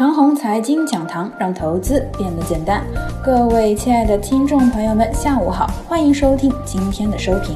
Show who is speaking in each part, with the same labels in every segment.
Speaker 1: 长虹财经讲堂，让投资变得简单。各位亲爱的听众朋友们，下午好，欢迎收听今天的收评。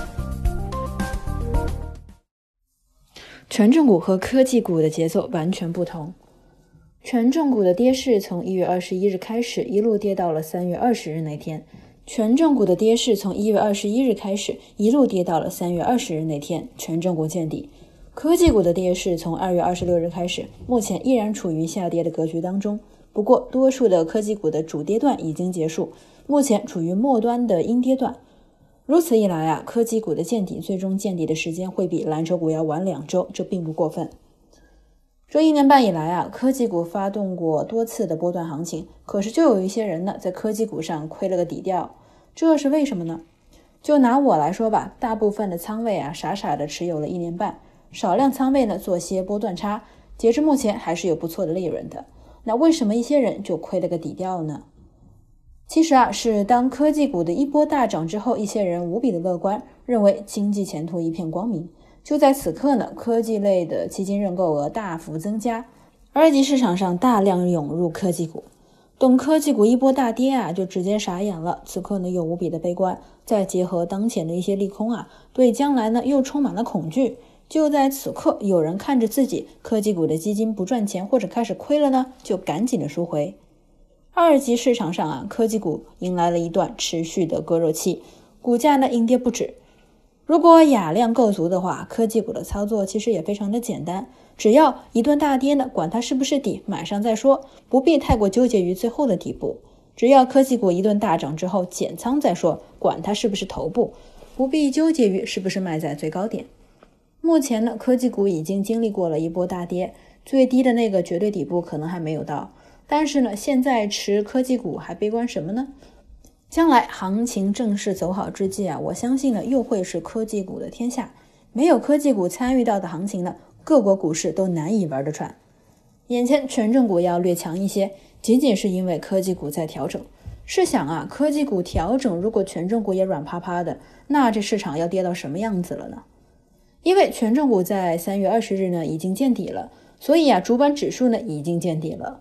Speaker 1: 权重股和科技股的节奏完全不同。权重股的跌势从1月21日开始，一路跌到了3月20日那天。权重股的跌势从1月21日开始，一路跌到了3月20日那天，权重股见底。科技股的跌势从2月26日开始，目前依然处于下跌的格局当中。不过，多数的科技股的主跌段已经结束，目前处于末端的阴跌段。如此一来科技股的见底最终见底的时间会比蓝筹股要晚2周，这并不过分。这1年半以来科技股发动过多次的波段行情，可是就有一些人呢，在科技股上亏了个底调，这是为什么呢？就拿我来说吧，大部分的仓位傻傻的持有了1年半，少量仓位呢做些波段差，截至目前还是有不错的利润的。那为什么一些人就亏了个底调呢？其实是当科技股的一波大涨之后，一些人无比的乐观，认为经济前途一片光明。就在此刻呢，科技类的基金认购额大幅增加，二级市场上大量涌入科技股。等科技股一波大跌就直接傻眼了。此刻呢又无比的悲观，再结合当前的一些利空对将来呢又充满了恐惧。就在此刻，有人看着自己科技股的基金不赚钱或者开始亏了呢，就赶紧的赎回。二级市场上科技股迎来了一段持续的割肉期，股价呢阴跌不止。如果雅量够足的话，科技股的操作其实也非常的简单，只要一段大跌呢，管它是不是底，买上再说，不必太过纠结于最后的底部。只要科技股一顿大涨之后减仓再说，管它是不是头部，不必纠结于是不是卖在最高点。目前呢，科技股已经经历过了一波大跌，最低的那个绝对底部可能还没有到，但是呢，现在持科技股还悲观什么呢？将来行情正式走好之际我相信呢又会是科技股的天下。没有科技股参与到的行情呢，各国股市都难以玩得转。眼前权重股要略强一些，仅仅是因为科技股在调整。试想科技股调整，如果权重股也软趴趴的，那这市场要跌到什么样子了呢？因为权重股在3月20日呢已经见底了，所以主板指数呢已经见底了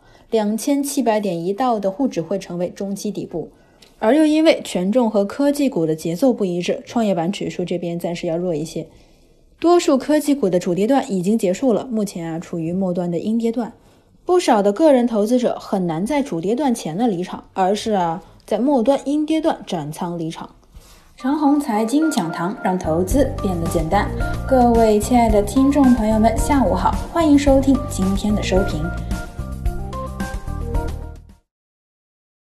Speaker 1: ，2700点一到的沪指会成为中期底部。而又因为权重和科技股的节奏不一致，创业板指数这边暂时要弱一些。多数科技股的主跌段已经结束了，目前处于末端的阴跌段。不少的个人投资者很难在主跌段前的离场，而是在末端阴跌段斩仓离场。长虹财经讲堂，让投资变得简单。各位亲爱的听众朋友们，下午好，欢迎收听今天的收评。